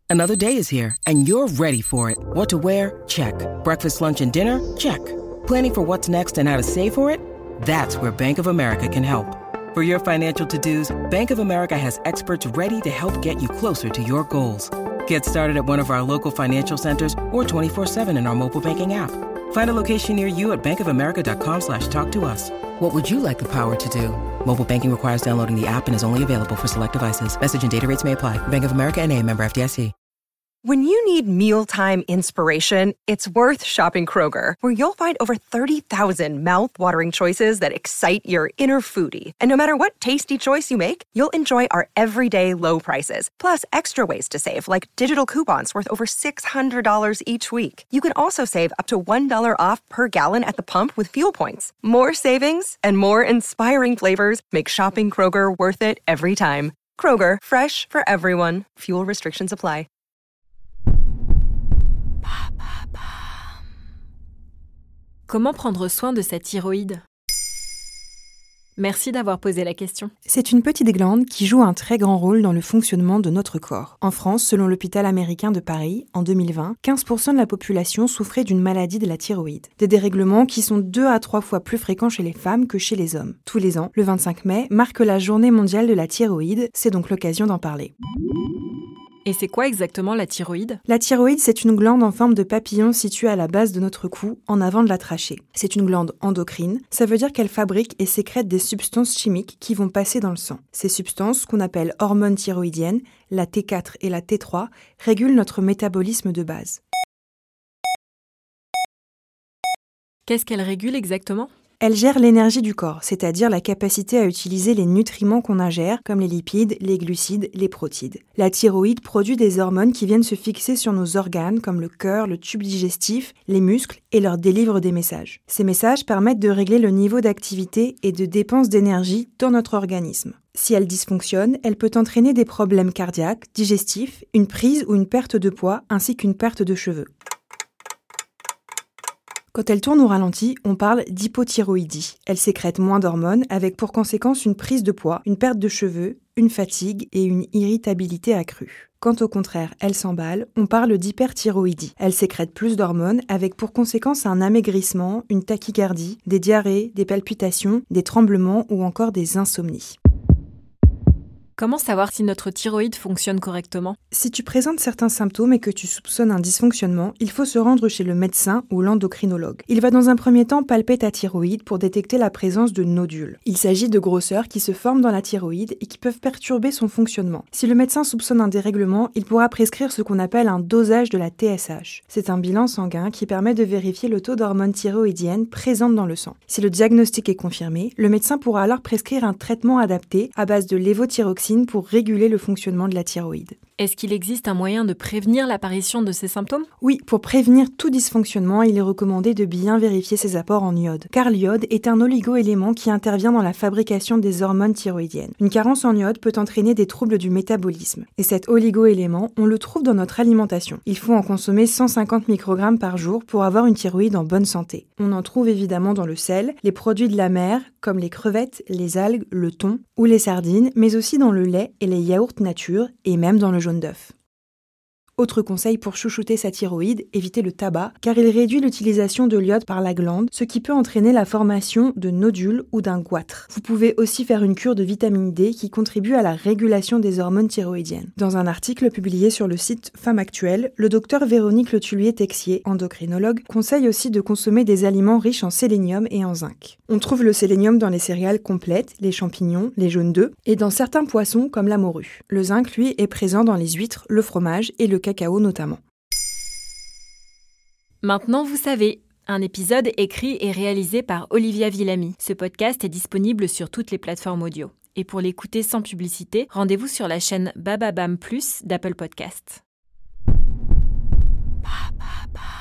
Another day is here, and you're ready for it. What to wear? Check. Breakfast, lunch, and dinner? Check. Planning for what's next and how to save for it? That's where Bank of America can help. For your financial to-dos, Bank of America has experts ready to help get you closer to your goals. Get started at one of our local financial centers or 24/7 in our mobile banking app. Find a location near you at bankofamerica.com/talktous. What would you like the power to do? Mobile banking requires downloading the app and is only available for select devices. Message and data rates may apply. Bank of America N.A., member FDIC. When you need mealtime inspiration, it's worth shopping Kroger, where you'll find over 30,000 mouth-watering choices that excite your inner foodie. And no matter what tasty choice you make, you'll enjoy our everyday low prices, plus extra ways to save, like digital coupons worth over $600 each week. You can also save up to $1 off per gallon at the pump with fuel points. More savings and more inspiring flavors make shopping Kroger worth it every time. Kroger, fresh for everyone. Fuel restrictions apply. Comment prendre soin de sa thyroïde ? Merci d'avoir posé la question. C'est une petite glande qui joue un très grand rôle dans le fonctionnement de notre corps. En France, selon l'hôpital américain de Paris, en 2020, 15% de la population souffrait d'une maladie de la thyroïde. Des dérèglements qui sont 2 à 3 fois plus fréquents chez les femmes que chez les hommes. Tous les ans, le 25 mai marque la journée mondiale de la thyroïde, c'est donc l'occasion d'en parler. Et c'est quoi exactement la thyroïde ? La thyroïde, c'est une glande en forme de papillon située à la base de notre cou, en avant de la trachée. C'est une glande endocrine, ça veut dire qu'elle fabrique et sécrète des substances chimiques qui vont passer dans le sang. Ces substances, qu'on appelle hormones thyroïdiennes, la T4 et la T3, régulent notre métabolisme de base. Qu'est-ce qu'elle régule exactement ? Elle gère l'énergie du corps, c'est-à-dire la capacité à utiliser les nutriments qu'on ingère, comme les lipides, les glucides, les protides. La thyroïde produit des hormones qui viennent se fixer sur nos organes, comme le cœur, le tube digestif, les muscles, et leur délivrent des messages. Ces messages permettent de régler le niveau d'activité et de dépense d'énergie dans notre organisme. Si elle dysfonctionne, elle peut entraîner des problèmes cardiaques, digestifs, une prise ou une perte de poids, ainsi qu'une perte de cheveux. Quand elle tourne au ralenti, on parle d'hypothyroïdie. Elle sécrète moins d'hormones avec pour conséquence une prise de poids, une perte de cheveux, une fatigue et une irritabilité accrue. Quand au contraire, elle s'emballe, on parle d'hyperthyroïdie. Elle sécrète plus d'hormones avec pour conséquence un amaigrissement, une tachycardie, des diarrhées, des palpitations, des tremblements ou encore des insomnies. Comment savoir si notre thyroïde fonctionne correctement ? Si tu présentes certains symptômes et que tu soupçonnes un dysfonctionnement, il faut se rendre chez le médecin ou l'endocrinologue. Il va dans un premier temps palper ta thyroïde pour détecter la présence de nodules. Il s'agit de grosseurs qui se forment dans la thyroïde et qui peuvent perturber son fonctionnement. Si le médecin soupçonne un dérèglement, il pourra prescrire ce qu'on appelle un dosage de la TSH. C'est un bilan sanguin qui permet de vérifier le taux d'hormones thyroïdiennes présentes dans le sang. Si le diagnostic est confirmé, le médecin pourra alors prescrire un traitement adapté à base de lévothyroxine pour réguler le fonctionnement de la thyroïde. Est-ce qu'il existe un moyen de prévenir l'apparition de ces symptômes ? Oui, pour prévenir tout dysfonctionnement, il est recommandé de bien vérifier ses apports en iode. Car l'iode est un oligo-élément qui intervient dans la fabrication des hormones thyroïdiennes. Une carence en iode peut entraîner des troubles du métabolisme. Et cet oligo-élément, on le trouve dans notre alimentation. Il faut en consommer 150 microgrammes par jour pour avoir une thyroïde en bonne santé. On en trouve évidemment dans le sel, les produits de la mer, comme les crevettes, les algues, le thon ou les sardines, mais aussi dans le lait et les yaourts nature et même dans le jaune d'œuf. Autre conseil pour chouchouter sa thyroïde, évitez le tabac, car il réduit l'utilisation de l'iode par la glande, ce qui peut entraîner la formation de nodules ou d'un goitre. Vous pouvez aussi faire une cure de vitamine D qui contribue à la régulation des hormones thyroïdiennes. Dans un article publié sur le site Femme Actuelle, le docteur Véronique Letulier-Texier, endocrinologue, conseille aussi de consommer des aliments riches en sélénium et en zinc. On trouve le sélénium dans les céréales complètes, les champignons, les jaunes d'œufs, et dans certains poissons comme la morue. Le zinc, lui, est présent dans les huîtres, le fromage et le cacao notamment. Maintenant, vous savez, un épisode écrit et réalisé par Olivia Villamy. Ce podcast est disponible sur toutes les plateformes audio. Et pour l'écouter sans publicité, rendez-vous sur la chaîne Bababam Plus d'Apple Podcasts. Ba, ba, ba.